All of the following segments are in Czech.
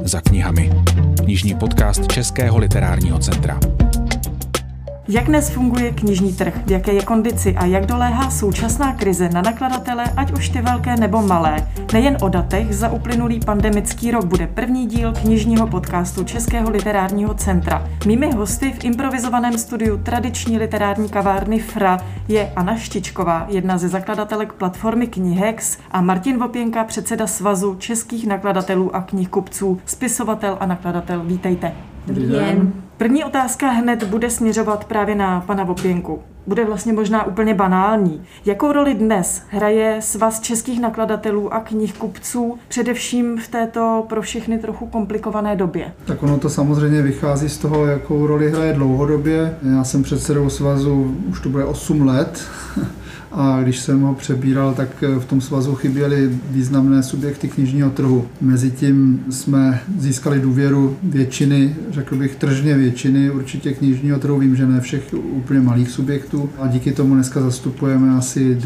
Za knihami. Knižní podcast Českého literárního centra. Jak dnes funguje knižní trh, v jaké je kondici a jak doléhá současná krize na nakladatele, ať už ty velké nebo malé? Nejen o datech, za uplynulý pandemický rok bude první díl knižního podcastu Českého literárního centra. Mými hosty v improvizovaném studiu tradiční literární kavárny FRA je Anna Štičková, jedna ze zakladatelek platformy Knihex, a Martin Vopěnka, předseda Svazu českých nakladatelů a knihkupců, spisovatel a nakladatel. Vítejte. Dobrý den. První otázka hned bude směřovat právě na pana Vopěnku. Bude vlastně možná úplně banální. Jakou roli dnes hraje Svaz českých nakladatelů a knihkupců, především v této pro všechny trochu komplikované době? Tak ono to samozřejmě vychází z toho, jakou roli hraje dlouhodobě. Já jsem předsedou svazu, už to bude 8 let. A když jsem ho přebíral, tak v tom svazu chyběly významné subjekty knižního trhu. Mezitím jsme získali důvěru většiny, řekl bych tržně většiny určitě knižního trhu. Vím, že ne všech úplně malých subjektů. A díky tomu dneska zastupujeme asi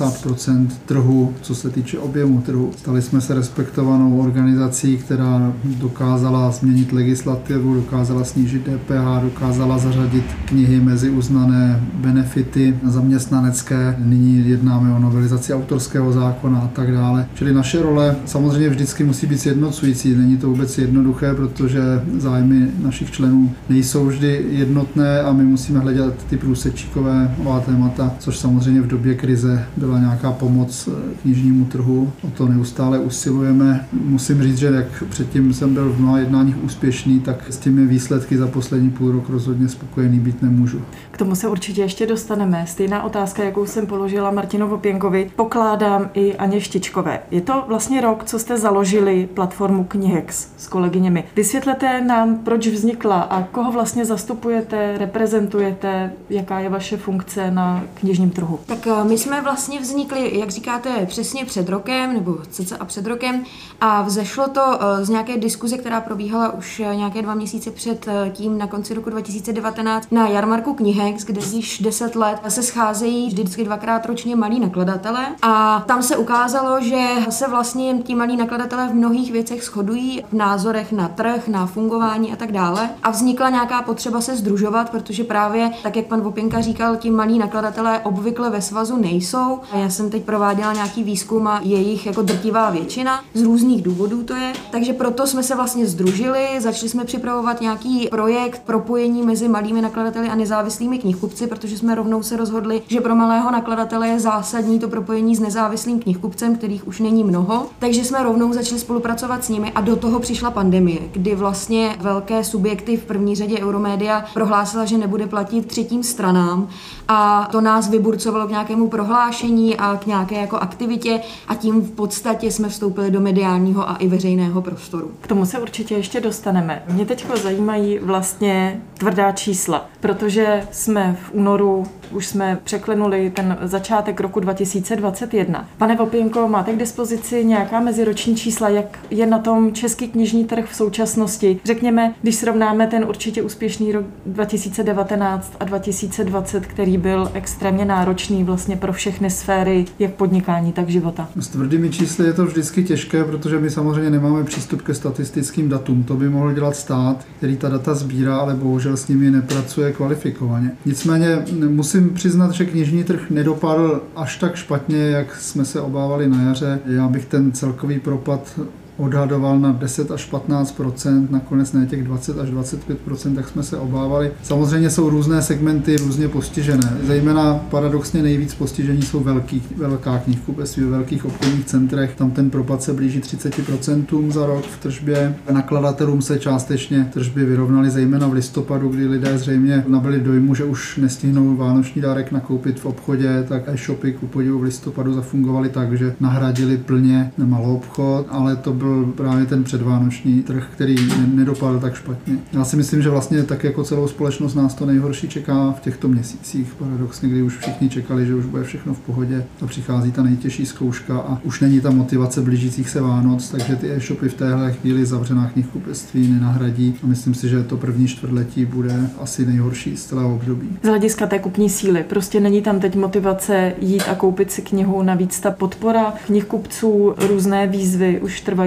90% trhu, co se týče objemu trhu. Stali jsme se respektovanou organizací, která dokázala změnit legislativu, dokázala snížit DPH, dokázala zařadit knihy mezi uznané benefity zaměstnanecké. Nyní jednáme o novelizaci autorského zákona a tak dále. Čili naše role samozřejmě vždycky musí být sjednocující. Není to vůbec jednoduché, protože zájmy našich členů nejsou vždy jednotné a my musíme hledat ty průsečíkové témata, což samozřejmě v době krize byla nějaká pomoc knižnímu trhu. O to neustále usilujeme. Musím říct, že jak předtím jsem byl v mnoha jednáních úspěšný, tak s těmi výsledky za poslední půl rok rozhodně spokojený být nemůžu. K tomu se určitě ještě dostaneme. Stejná otázka, jakou jsem položila Martinu Vopěnkovi, pokládám i Aně Štičkové. Je to vlastně rok, co jste založili platformu Knihex s kolegyněmi. Vysvětlete nám, proč vznikla a koho vlastně zastupujete, reprezentujete, jaká je vaše funkce na knižním trhu? Tak my jsme vlastně vznikli, jak říkáte, přesně před rokem, nebo cca před rokem, a vzešlo to z nějaké diskuze, která probíhala už nějaké 2 měsíce před tím na konci roku 2019 na jarmarku Knihex, kde již 10 let se scházejí vždycky 2krát ročně malí nakladatelé, a tam se ukázalo, že se vlastně ti malí nakladatelé v mnohých věcech shodují v názorech na trh, na fungování a tak dále, a vznikla nějaká potřeba se sdružovat, protože právě, tak jak pan Vopěnka říkal, ti malí nakladatelé obvykle ve svazu nejsou. A já jsem teď prováděla nějaký výzkum a je jich jako drtivá většina, z různých důvodů to je, takže proto jsme se vlastně sdružili, začali jsme připravovat nějaký projekt propojení mezi malými nakladateli a nezávislými knihkupci, protože jsme rovnou se rozhodli, že pro malého nakladatele je zásadní to propojení s nezávislým knihkupcem, kterých už není mnoho. Takže jsme rovnou začali spolupracovat s nimi a do toho přišla pandemie, kdy vlastně velké subjekty, v první řadě Euromédia, prohlásila, že nebude platit třetím stranám, a to nás vyburcovalo k nějakému prohlášení a k nějaké jako aktivitě, a tím v podstatě jsme vstoupili do mediálního a i veřejného prostoru. K tomu se určitě ještě dostaneme. Mě teďko zajímají vlastně tvrdá čísla, protože jsme v únoru, už jsme překlenuli ten začátek roku 2021. Pane Vopěnko, máte k dispozici nějaká meziroční čísla, jak je na tom český knižní trh v současnosti? Řekněme, když srovnáme ten určitě úspěšný rok 2019 a 2020, který byl extrémně náročný vlastně pro všechny sféry, jak podnikání, tak života. S tvrdými čísly je to vždycky těžké, protože my samozřejmě nemáme přístup ke statistickým datům. To by mohl dělat stát, který ta data sbírá, ale bohužel s nimi nepracuje kvalifikovaně. Nicméně musím přiznat, že knižní trh nedopadl až tak špatně, jak jsme se obávali na jaře. Já bych ten celkový propad odhadoval na 10 až 15%, nakonec ne těch 20 až 25%, tak jsme se obávali. Samozřejmě jsou různé segmenty různě postižené. Zejména paradoxně nejvíc postižení jsou velká knihkupectví ve velkých obchodních centrech. Tam ten propad se blíží 30% za rok v tržbě. Nakladatelům se částečně tržby vyrovnaly, zejména v listopadu, kdy lidé zřejmě nabyli dojmu, že už nestihnou vánoční dárek nakoupit v obchodě, tak e-shopy ku podivu v listopadu zafungovaly tak, že nahradili plně maloobchod, ale to byl právě ten předvánoční trh, který nedopadl tak špatně. Já si myslím, že vlastně tak jako celou společnost nás to nejhorší čeká v těchto měsících. Paradoxně, kdy už všichni čekali, že už bude všechno v pohodě, a přichází ta nejtěžší zkouška a už není ta motivace blížících se Vánoc, takže ty e-shopy v téhle chvíli zavřená knihkupectví nenahradí, a myslím si, že to první čtvrtletí bude asi nejhorší z celého období. Z hlediska té kupní síly prostě není tam teď motivace jít a koupit si knihu, navíc ta podpora knihkupců, různé výzvy už trvají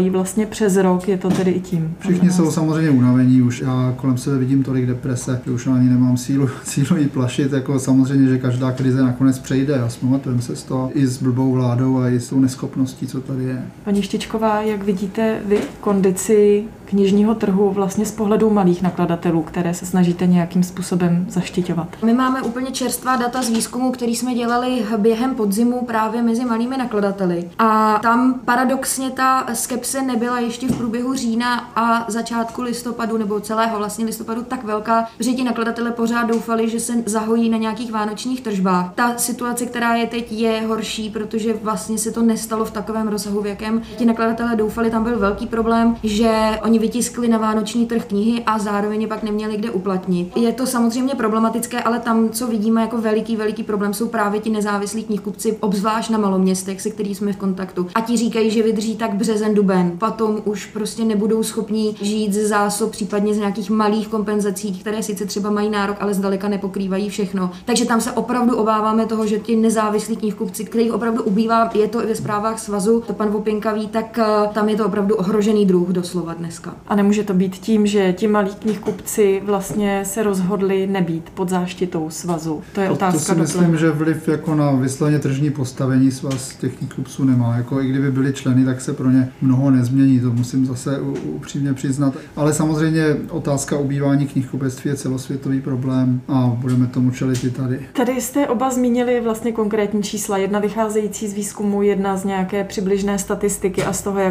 mají vlastně přes rok, je to tedy i tím. Všichni jsou samozřejmě unavení, už já kolem sebe vidím tolik deprese, že už ani nemám sílu jí plašit, jako samozřejmě, že každá krize nakonec přejde a vzpamatujeme se z toho i s blbou vládou a i s tou neschopností, co tady je. Paní Štičková, jak vidíte vy kondici knižního trhu vlastně z pohledu malých nakladatelů, které se snažíte nějakým způsobem zaštiťovat? My máme úplně čerstvá data z výzkumu, který jsme dělali během podzimu právě mezi malými nakladateli. A tam paradoxně ta skepse nebyla ještě v průběhu října a začátku listopadu nebo celého vlastně listopadu tak velká, že ti nakladatelé pořád doufali, že se zahojí na nějakých vánočních tržbách. Ta situace, která je teď, je horší, protože vlastně se to nestalo v takovém rozsahu, v jakém ti nakladatelé doufali. Tam byl velký problém, že oni vytiskli na vánoční trh knihy a zároveň je pak neměli kde uplatnit. Je to samozřejmě problematické, ale tam, co vidíme jako veliký problém, jsou právě ti nezávislí knihkupci, obzvlášť na maloměstech, se kterými jsme v kontaktu. A ti říkají, že vydrží tak březen, duben. Potom už prostě nebudou schopni žít ze zásob, případně z nějakých malých kompenzací, které sice třeba mají nárok, ale zdaleka nepokrývají všechno. Takže tam se opravdu obáváme toho, že ti nezávislí knihkupci, kterých opravdu ubývá, je to i ve zprávách svazu, to pan Vopěnka ví, tak tam je to opravdu ohrožený druh doslova dneska. A nemůže to být tím, že ti malí knihkupci vlastně se rozhodli nebýt pod záštitou svazu. To je otázka. To si myslím, že vliv jako na vysloveně tržní postavení svaz těch knihkupců nemá. Jako i kdyby byli členy, tak se pro ně mnoho nezmění, to musím zase upřímně přiznat. Ale samozřejmě otázka ubývání knihkupectví je celosvětový problém a budeme tomu čelit i tady. Tady jste oba zmínili vlastně konkrétní čísla. Jedna vycházející z výzkumu, jedna z nějaké přibližné statistiky a z toho,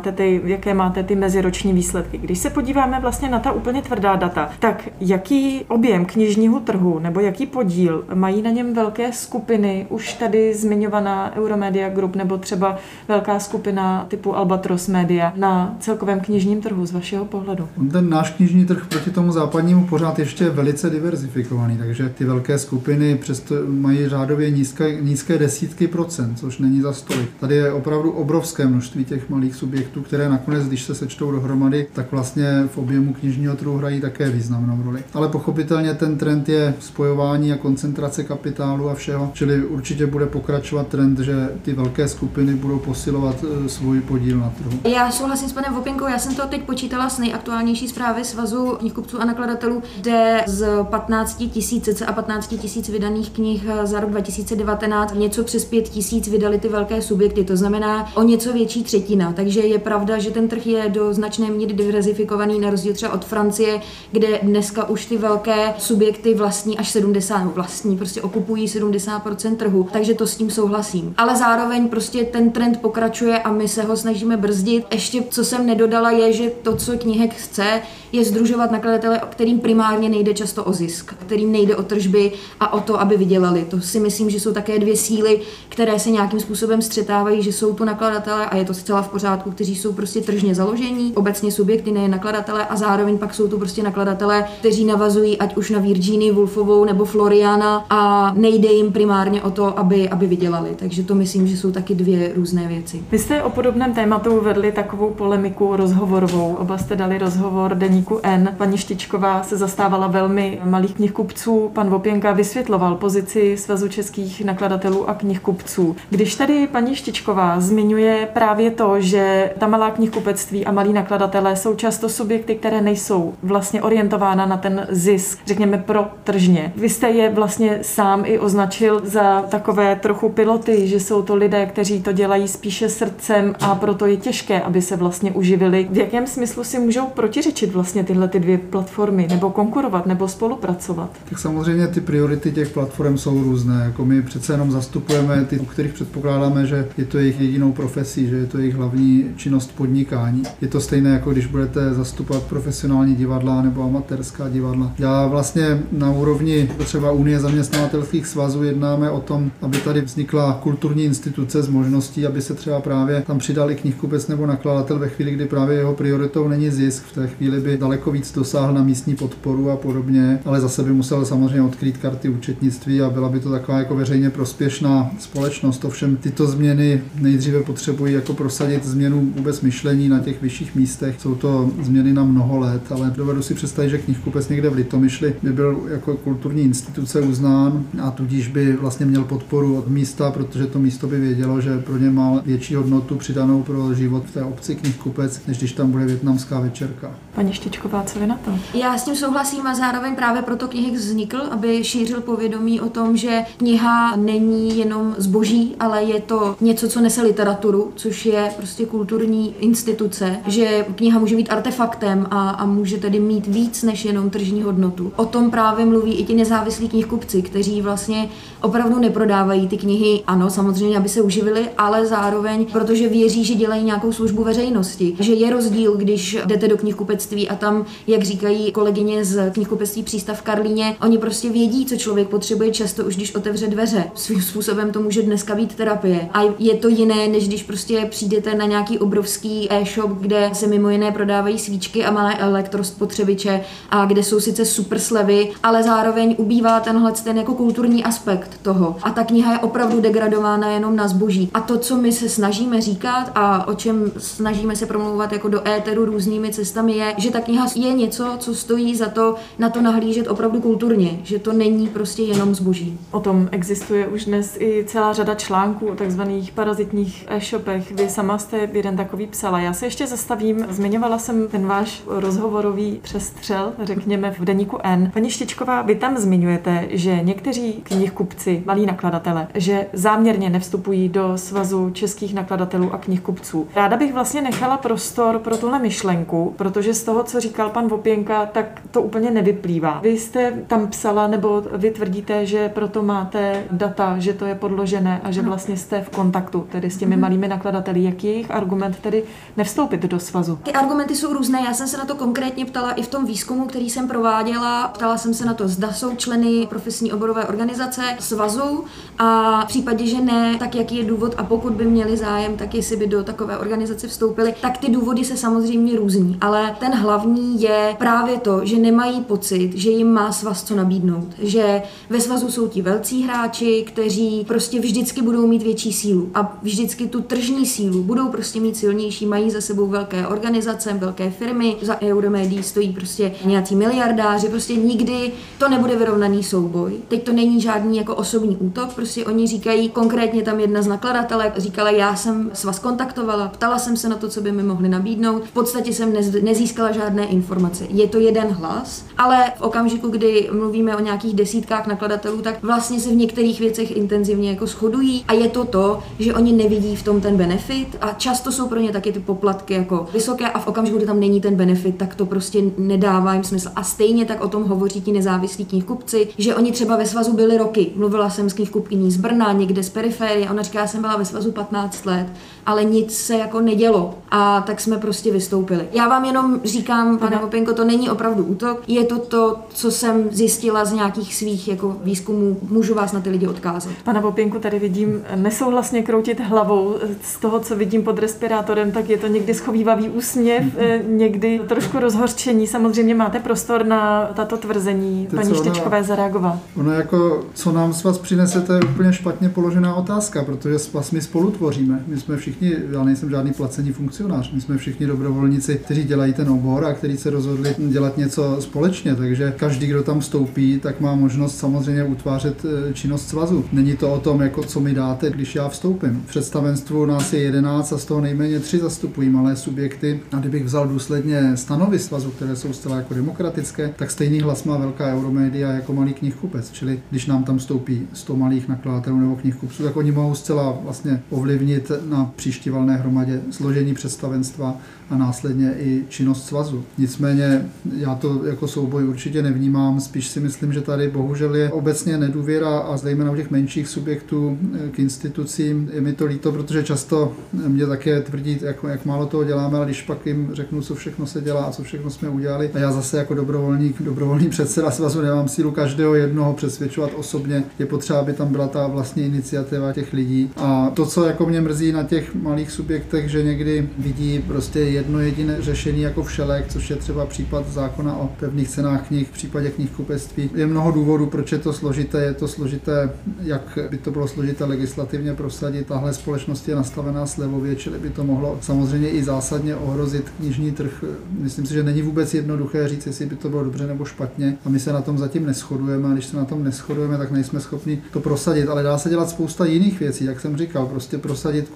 jaké máte ty meziroční výsledky. Když se podíváme vlastně na ta úplně tvrdá data, tak jaký objem knižního trhu nebo jaký podíl mají na něm velké skupiny, už tady zmiňovaná Euromedia Group nebo třeba velká skupina typu Albatros Media na celkovém knižním trhu z vašeho pohledu? Ten náš knižní trh proti tomu západnímu pořád ještě je velice diverzifikovaný, takže ty velké skupiny přesto mají řádově nízké desítky procent, což není za stolik. Tady je opravdu obrovské množství těch malých subjektů, které nakonec, když se sečtou dohromady, tak vlastně v objemu knižního trhu hrají také významnou roli. Ale pochopitelně ten trend je spojování a koncentrace kapitálu a všeho, čili určitě bude pokračovat trend, že ty velké skupiny budou posilovat svůj podíl na trhu. Já souhlasím s panem Vopěnkou, já jsem to teď počítala s nejaktuálnější zprávy Svazu knihkupců a nakladatelů, kde z 15 000 vydaných knih za rok 2019 něco přes 5 000 vydali ty velké subjekty, to znamená o něco větší třetina, takže je pravda, že ten trh je do značné míry diverzifikovaný, na rozdíl třeba od Francie, kde dneska už ty velké subjekty vlastní až 70, prostě okupují 70% trhu, takže to s tím souhlasím. Ale zároveň prostě ten trend pokračuje a my se ho snažíme brzdit. Ještě co jsem nedodala je, že to, co knihek chce, je sdružovat nakladatele, kterým primárně nejde často o zisk, kterým nejde o tržby a o to, aby vydělali. To si myslím, že jsou také dvě síly, které se nějakým způsobem střetávají, že jsou tu nakladatele a je to zcela v pořádku, kteří jsou prostě tržně založení, obecně subjekty, nejen nakladatele, a zároveň pak jsou tu prostě nakladatelé, kteří navazují ať už na Virginii Woolfovou nebo Floriana a nejde jim primárně o to, aby vydělali. Takže to myslím, že jsou taky dvě různé věci. Vy jste o podobném tématu vedli takovou polemiku rozhovorovou. Oba jste dali rozhovor deníku N. Paní Štičková se zastávala velmi malých knihkupců. Pan Vopěnka vysvětloval pozici Svazu českých nakladatelů a knihkupců. Když tady paní Štičková zmiňuje právě to, že ta malá knihkupectví a malí nakladatelé jsou často subjekty, které nejsou vlastně orientována na ten zisk, řekněme pro tržně. Vy jste je vlastně sám i označil za takové trochu piloty, že jsou to lidé, kteří to dělají spíše srdcem a proto je těžké, aby se vlastně uživili. V jakém smyslu si můžou protiřečit vlastně tyhle ty dvě platformy, nebo konkurovat, nebo spolupracovat? Tak samozřejmě ty priority těch platform jsou různé. Jako my přece jenom zastupujeme ty, u kterých předpokládáme, že je to jejich jedinou profesí, že je to jejich hlavní činnost podnikání. Je to stejné, jako když budete zastupovat profesionální divadla nebo amatérská divadla. Já vlastně na úrovni třeba Unie zaměstnavatelských svazů jednáme o tom, aby tady vznikla kulturní instituce s možností, aby se třeba právě tam přidal i knihkupec nebo nakladatel ve chvíli, kdy právě jeho prioritou není zisk. V té chvíli by daleko víc dosáhl na místní podporu a podobně, ale zase by musel samozřejmě odkrýt karty účetnictví a byla by to taková jako veřejně prospěšná společnost. Ovšem tyto změny nejdříve potřebují jako prosadit změnu vůbec myšlení na těch vyšších místech. Jsou to změny na mnoho let, ale dovedu si představit, že knihkupec někde v Litomyšli by byl jako kulturní instituce uznán a tudíž by vlastně měl podporu od místa, protože to místo by vědělo, že pro ně má větší hodnotu přidanou pro život v v té obci knihkupec, než když tam bude vietnamská večerka. Paní Štičková, co vy na to? Já s tím souhlasím a zároveň právě proto knihy vznikl, aby šířil povědomí o tom, že kniha není jenom zboží, ale je to něco, co nese literaturu, což je prostě kulturní instituce, že kniha může být artefaktem a může tedy mít víc než jenom tržní hodnotu. O tom právě mluví i ti nezávislí knihkupci, kteří vlastně opravdu neprodávají ty knihy, ano, samozřejmě, aby se uživili, ale zároveň, protože věří, že dělají nějakou službu veřejnosti. Že je rozdíl, když jdete do knihkupectví a tam, jak říkají kolegyně z knihkupectví Přístav v Karlíně, oni prostě vědí, co člověk potřebuje často už když otevře dveře. Svým způsobem to může dneska být terapie. A je to jiné, než když prostě přijdete na nějaký obrovský e-shop, kde se mimo jiné prodávají svíčky a malé elektrospotřebiče a kde jsou sice super slevy, ale zároveň ubývá ten jako kulturní aspekt toho. A ta kniha je opravdu degradována jenom na zboží. A to, co my se snažíme říkat a o čem snažíme se promlouvat jako do éteru různými cestami, je, že ta kniha je něco, co stojí za to na to nahlížet opravdu kulturně, že to není prostě jenom zboží. O tom existuje už dnes i celá řada článků o takzvaných parazitních e-shopech. Vy sama jste jeden takový psala. Já se ještě zastavím. Zmiňovala jsem ten váš rozhovorový přestřel, řekněme, v deníku N. Paní Štičková, vy tam zmiňujete, že někteří knihkupci, malí nakladatelé, že záměrně nevstupují do Svazu českých nakladatelů a knihkupců. Ráda bych vlastně nechala prostor pro tuhle myšlenku, protože z toho, co říkal pan Vopěnka, tak to úplně nevyplývá. Vy jste tam psala, nebo vy tvrdíte, že proto máte data, že to je podložené a že vlastně jste v kontaktu tedy s těmi malými nakladateli. Jaký je jejich argument tedy nevstoupit do svazu? Ty argumenty jsou různé. Já jsem se na to konkrétně ptala i v tom výzkumu, který jsem prováděla. Ptala jsem se na to, zda jsou členy profesní oborové organizace svazu a v případě, že ne, tak jaký je důvod a pokud by měli zájem, tak jestli by do takové organizace vstoupili, tak ty důvody se samozřejmě různí. Ale ten hlavní je právě to, že nemají pocit, že jim má svaz co nabídnout. Že ve svazu jsou ti velcí hráči, kteří prostě vždycky budou mít větší sílu a vždycky tu tržní sílu budou prostě mít silnější, mají za sebou velké organizace, velké firmy, za Euromédií stojí prostě nějací miliardáři, prostě nikdy to nebude vyrovnaný souboj. Teď to není žádný jako osobní útok, prostě oni říkají, konkrétně tam jedna z nakladatelek říkala, já jsem svaz kontaktovala, ptala jsem se na to, co by mi mohli nabídnout, v podstatě jsem nezískala žádné informace. Je to jeden hlas, ale v okamžiku, kdy mluvíme o nějakých desítkách nakladatelů, tak vlastně se v některých věcech intenzivně jako shodují a je to, že oni nevidí v tom ten benefit a často jsou pro ně taky ty poplatky jako vysoké a v okamžiku, kdy tam není ten benefit, tak to prostě nedává jim smysl. A stejně tak o tom hovoří ti nezávislí knihkupci, že oni třeba ve svazu byli roky. Mluvila jsem s knihkupkyní z Brna, někde z periferie, ona říká, já jsem byla ve svazu 15 let, ale nic se jako nedělo a tak jsme prostě vystoupili. Já vám jenom říkám, pane Vopěnko, to není opravdu útok, je to, co jsem zjistila z nějakých svých jako výzkumů, můžu vás na ty lidi odkázat. Pana Vopěnku tady vidím nesouhlasně kroutit hlavou. Z toho, co vidím pod respirátorem, tak je to někdy schovívavý úsměv, někdy trošku rozhořčení. Samozřejmě máte prostor na tato tvrzení paní Štičkové zareagovat. Ono jako, co nám svaz přinese, to je úplně špatně položená otázka, protože svaz my spolu tvoříme. My jsme všichni, já nejsem žádný placený funkcionář, my jsme všichni dobrovolníci, kteří dělají ten obor a kteří se rozhodli dělat něco společně, takže každý, kdo tam vstoupí, tak má možnost samozřejmě utvářet činnost svazu. Není to o tom, jako co mi dáte, když já vstoupím. V představenstvu nás je 11 a z toho nejméně 3 zastupují malé subjekty. A kdybych vzal důsledně stanovy svazu, které jsou zcela jako demokratické, tak stejný hlas má velká Euromédia jako malý knihkupec. Čili když nám tam vstoupí 100 malých nakladatelů nebo knihkupců, tak oni mohou zcela vlastně ovlivnit na příští valné hromadě složení představenstva a následně i činnost svazu. Nicméně já to jako souboj určitě nevnímám, spíš si myslím, že tady bohužel je obecně nedůvěra a zejména u těch menších subjektů k institucím. Je mi to líto, protože často mě také tvrdí, jak málo toho děláme, ale když pak jim řeknu, co všechno se dělá a co všechno jsme udělali. A já zase jako dobrovolný předseda svazu nemám sílu každého jednoho přesvědčovat osobně. Je potřeba, aby tam byla ta vlastní iniciativa těch lidí. A to, co jako mě mrzí na těch malých subjektech, že někdy vidí prostě jedno jediné řešení jako všelek, což je třeba případ zákona o pevných cenách knih v případě knihkupectví. Je mnoho důvodů, proč je to složité. Je to složité, jak by to bylo složité legislativně prosadit. Tahle společnost je nastavená slevově, čili by to mohlo samozřejmě i zásadně ohrozit knižní trh. Myslím si, že není vůbec jednoduché říct, jestli by to bylo dobře nebo špatně. A my se na tom zatím neshodujeme. A když se na tom neshodujeme, tak nejsme schopni to prosadit. Ale dá se dělat spousta jiných věcí, jak jsem říkal, prostě prosadit kulturní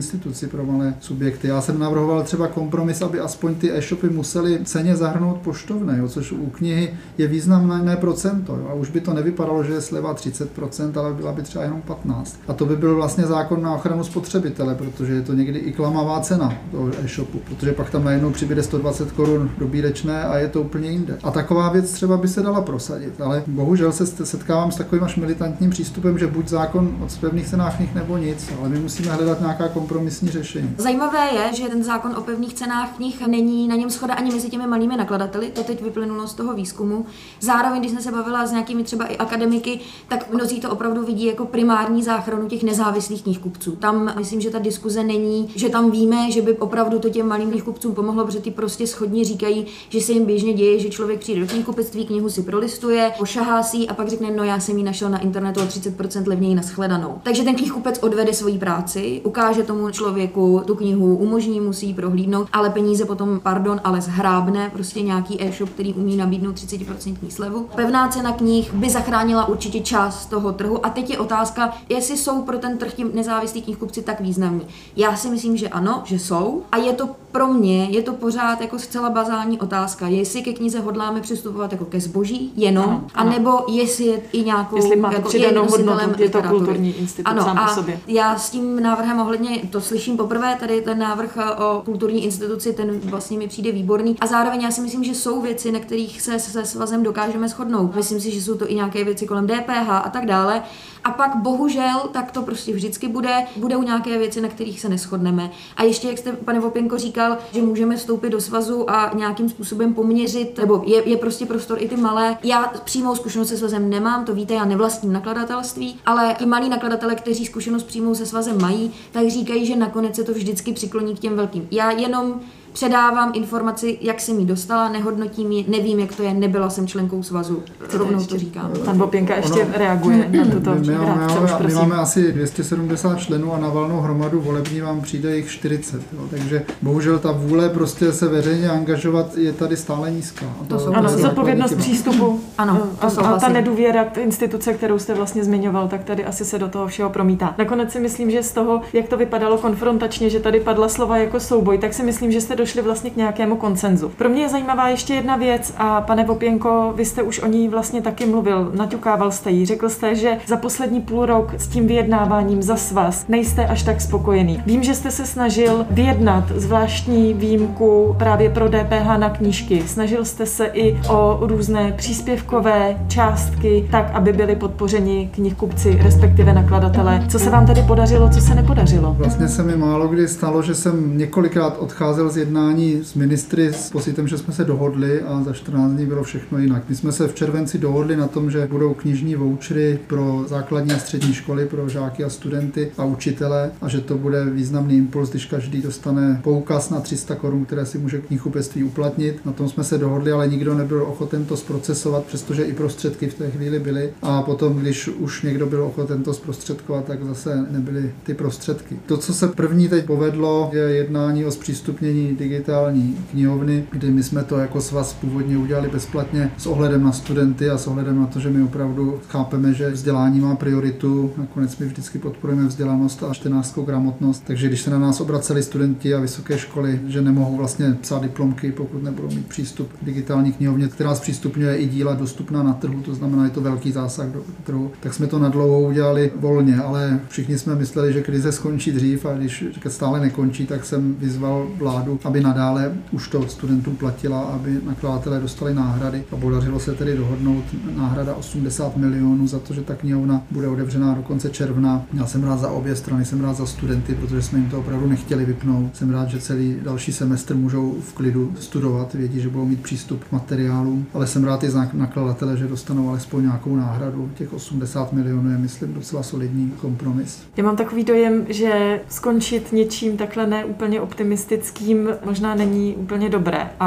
instituci pro malé subjekty. Já jsem navrhoval třeba kompromis, aby aspoň ty e-shopy museli ceně zahrnout poštovné, jo, což u knihy je významné procento. Jo, a už by to nevypadalo, že je sleva 30%, ale byla by třeba jenom 15%. A to by byl vlastně zákon na ochranu spotřebitele, protože je to někdy i klamavá cena toho e-shopu, protože pak tam najednou přibude 120 korun dobírečné a je to úplně jinde. A taková věc třeba by se dala prosadit, ale bohužel se setkávám s takovým až militantním přístupem, že buď zákon o pevných cenách knih nebo nic, ale my musíme hledat nějaká kompromisní řešení. Zajímavé je, že ten zákon o pevných cenách knih není na něm shoda ani mezi těmi malými nakladateli, to teď vyplynulo z toho výzkumu. Zároveň, když jsme se bavila s nějakými třeba i akademiky, tak mnozí to opravdu vidí jako primární záchranu těch nezávislých knihkupců. Tam myslím, že ta diskuze není, že tam víme, že by opravdu to těm malým knihkupcům pomohlo, protože ty prostě shodně říkají, že se jim běžně děje, že člověk přijde do knihkupectví, knihu si prolistuje, pošahá si a pak řekne, no já jsem ji našel na internetu o 30% levněji na shledanou. Takže ten knihkupec odvede svoji práci, ukáže tomu člověku tu knihu, umožní mu si ji prohlídnout, ale peníze potom, ale zhrábne prostě nějaký e-shop, který umí nabídnout 30% slevu. Pevná cena knih by zachránila určitě část toho trhu a teď je otázka, jestli jsou pro ten trh ti nezávislí knihkupci tak významní. Já si myslím, že ano, že jsou a je to pro mě, je to pořád jako zcela bazální otázka, jestli ke knize hodláme přistupovat jako ke zboží jenom, anebo jestli je i nějakou jestli má jako přidanou hodnotu, je to kulturní institut sám o sobě. Já s tím návrhem ohledně, to slyším poprvé, tady ten návrh o kulturní instituci, ten vlastně mi přijde výborný a zároveň já si myslím, že jsou věci, na kterých se svazem dokážeme shodnout. Myslím si, že jsou to i nějaké věci kolem DPH a tak dále. A pak bohužel, tak to prostě vždycky budou nějaké věci, na kterých se neshodneme. A ještě, jak jste, pane Vopěnko, říkal, že můžeme vstoupit do svazu a nějakým způsobem poměřit, nebo je prostě prostor i ty malé. Já přímou zkušenost se svazem nemám, to víte, já nevlastním nakladatelství, ale ti malí nakladatelé, kteří zkušenost přímou se svazem mají, tak říkají, že nakonec se to vždycky přikloní k těm velkým. Já jenom předávám informaci, jak jsem ji dostala, nehodnotím ji, nevím, jak to je, nebyla jsem členkou svazu. Rovnou to říkám. Pan Vopěnka ještě reaguje na tuto reakci. My máme asi 270 členů a na valnou hromadu volební vám přijde jich 40. Jo. Takže bohužel ta vůle prostě se veřejně angažovat je tady stále nízká. Ano, zodpovědnost přístupu. Ano, a ta nedůvěra k instituce, kterou jste vlastně zmiňoval, tak tady asi se do toho všeho promítá. Nakonec si myslím, že z toho, jak to vypadalo konfrontačně, že tady padla slova jako souboj, tak si myslím, že jste došli vlastně k nějakému konsenzu. Pro mě je zajímavá ještě jedna věc a pane Vopěnko, vy jste už o ní vlastně taky mluvil, naťukával jste ji, řekl jste, že za poslední půl rok s tím vyjednáváním za svaz nejste až tak spokojený. Vím, že jste se snažil vyjednat zvláštní výjimku právě pro DPH na knížky. Snažil jste se i o různé příspěvkové částky, tak, aby byli podpořeni knihkupci, respektive nakladatelé. Co se vám tedy podařilo, co se nepodařilo? Vlastně se mi málo kdy stalo, že jsem několikrát odcházel z jednání s ministry s pocitem, že jsme se dohodli a za 14 dní bylo všechno jinak. My jsme se v červenci dohodli na tom, že budou knižní vouchery pro základní a střední školy, pro žáky a studenty a učitele a že to bude významný impuls, když každý dostane poukaz na 300 korun, které si může knihkupectví uplatnit. Na tom jsme se dohodli, ale nikdo nebyl ochoten to zprocesovat, přestože i prostředky v té chvíli byly. A potom, když už někdo byl ochoten to zprostředkovat, tak zase nebyly ty prostředky. To, co se první teď povedlo, je jednání o zpřístupnění digitální knihovny, kdy my jsme to jako svaz původně udělali bezplatně s ohledem na studenty a s ohledem na to, že my opravdu chápeme, že vzdělání má prioritu. Nakonec my vždycky podporujeme vzdělanost a čtenářskou gramotnost. Takže když se na nás obraceli studenti a vysoké školy, že nemohou vlastně psát diplomky, pokud nebudou mít přístup k digitální knihovně, která zpřístupňuje i díla dostupná na trhu, to znamená, je to velký zásah do trhu, tak jsme to nadlouho udělali volně, ale všichni jsme mysleli, že krize skončí dřív a když stále nekončí, tak jsem vyzval vládu, aby nadále už to studentům platila, aby nakladatelé dostali náhrady a podařilo se tedy dohodnout náhrada 80 milionů za to, že ta knihovna bude otevřená do konce června. Já jsem rád za obě strany, jsem rád za studenty, protože jsme jim to opravdu nechtěli vypnout. Jsem rád, že celý další semestr můžou v klidu studovat, vědí, že budou mít přístup k materiálům, ale jsem rád i za nakladatele, že dostanou alespoň nějakou náhradu. Těch 80 milionů je, myslím, docela solidní kompromis. Já mám takový dojem, že skončit něčím takhle neúplně optimistickým možná není úplně dobré. A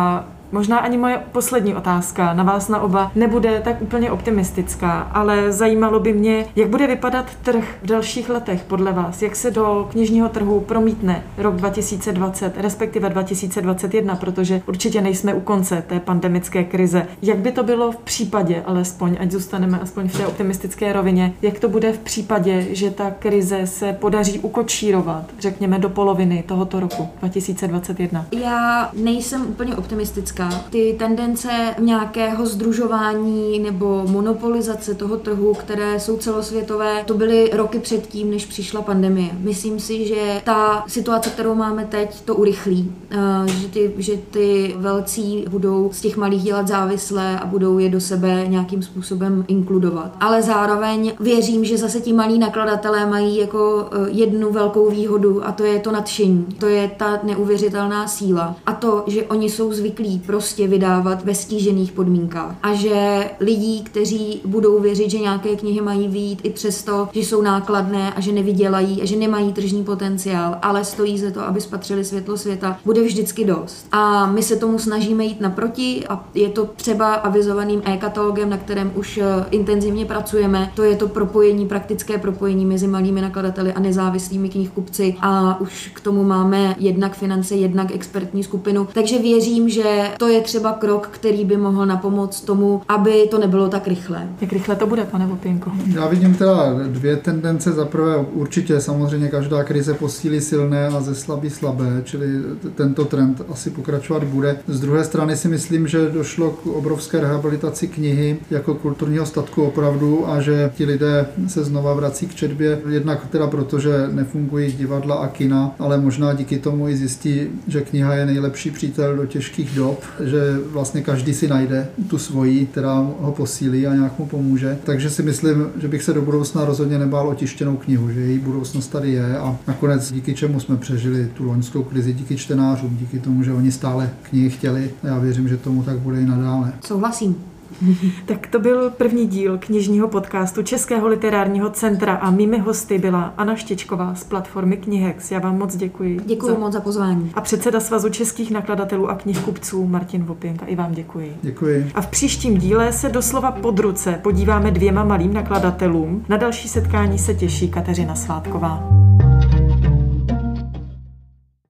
Možná ani moje poslední otázka na vás na oba nebude tak úplně optimistická, ale zajímalo by mě, jak bude vypadat trh v dalších letech podle vás, jak se do knižního trhu promítne rok 2020, respektive 2021, protože určitě nejsme u konce té pandemické krize. Jak by to bylo v případě, alespoň, ať zůstaneme aspoň v té optimistické rovině, jak to bude v případě, že ta krize se podaří ukočírovat, řekněme, do poloviny tohoto roku 2021? Já nejsem úplně optimistická. Ty tendence nějakého sdružování nebo monopolizace toho trhu, které jsou celosvětové, to byly roky předtím, než přišla pandemie. Myslím si, že ta situace, kterou máme teď, to urychlí. Že ty velcí budou z těch malých dělat závislé a budou je do sebe nějakým způsobem inkludovat. Ale zároveň věřím, že zase ti malí nakladatelé mají jako jednu velkou výhodu a to je to nadšení. To je ta neuvěřitelná síla. A to, že oni jsou zvyklí prostě vydávat ve stížených podmínkách. A že lidí, kteří budou věřit, že nějaké knihy mají vyjít i přesto, že jsou nákladné a že nevydělají a že nemají tržní potenciál, ale stojí za to, aby spatřili světlo světa, bude vždycky dost. A my se tomu snažíme jít naproti a je to třeba avizovaným e-katalogem, na kterém už intenzivně pracujeme. To je to propojení, praktické propojení mezi malými nakladateli a nezávislými knihkupci a už k tomu máme jednak finance, jednak expertní skupinu. Takže věřím, že to je třeba krok, který by mohl napomoct tomu, aby to nebylo tak rychlé. Jak rychle to bude, pane Vopěnko? Já vidím teda dvě tendence. Za prvé určitě samozřejmě každá krize posílí silné a zeslabí slabé, čili tento trend asi pokračovat bude. Z druhé strany si myslím, že došlo k obrovské rehabilitaci knihy jako kulturního statku opravdu a že ti lidé se znova vrací k četbě. Jednak teda proto, že nefungují divadla a kina, ale možná díky tomu i zjistí, že kniha je nejlepší přítel do těžkých dob, že vlastně každý si najde tu svoji, která ho posílí a nějak mu pomůže. Takže si myslím, že bych se do budoucna rozhodně nebál o tištěnou knihu, že její budoucnost tady je a nakonec díky čemu jsme přežili tu loňskou krizi, díky čtenářům, díky tomu, že oni stále knihy chtěli. Já věřím, že tomu tak bude i nadále. Souhlasím. Tak to byl první díl knižního podcastu Českého literárního centra a mými hosty byla Anna Štěčková z platformy Knihex. Já vám moc děkuji. Děkuji moc za pozvání. A předseda Svazu českých nakladatelů a knihkupců Martin Vopěnka. I vám děkuji. Děkuji. A v příštím díle se doslova pod ruce podíváme dvěma malým nakladatelům. Na další setkání se těší Kateřina Svátková.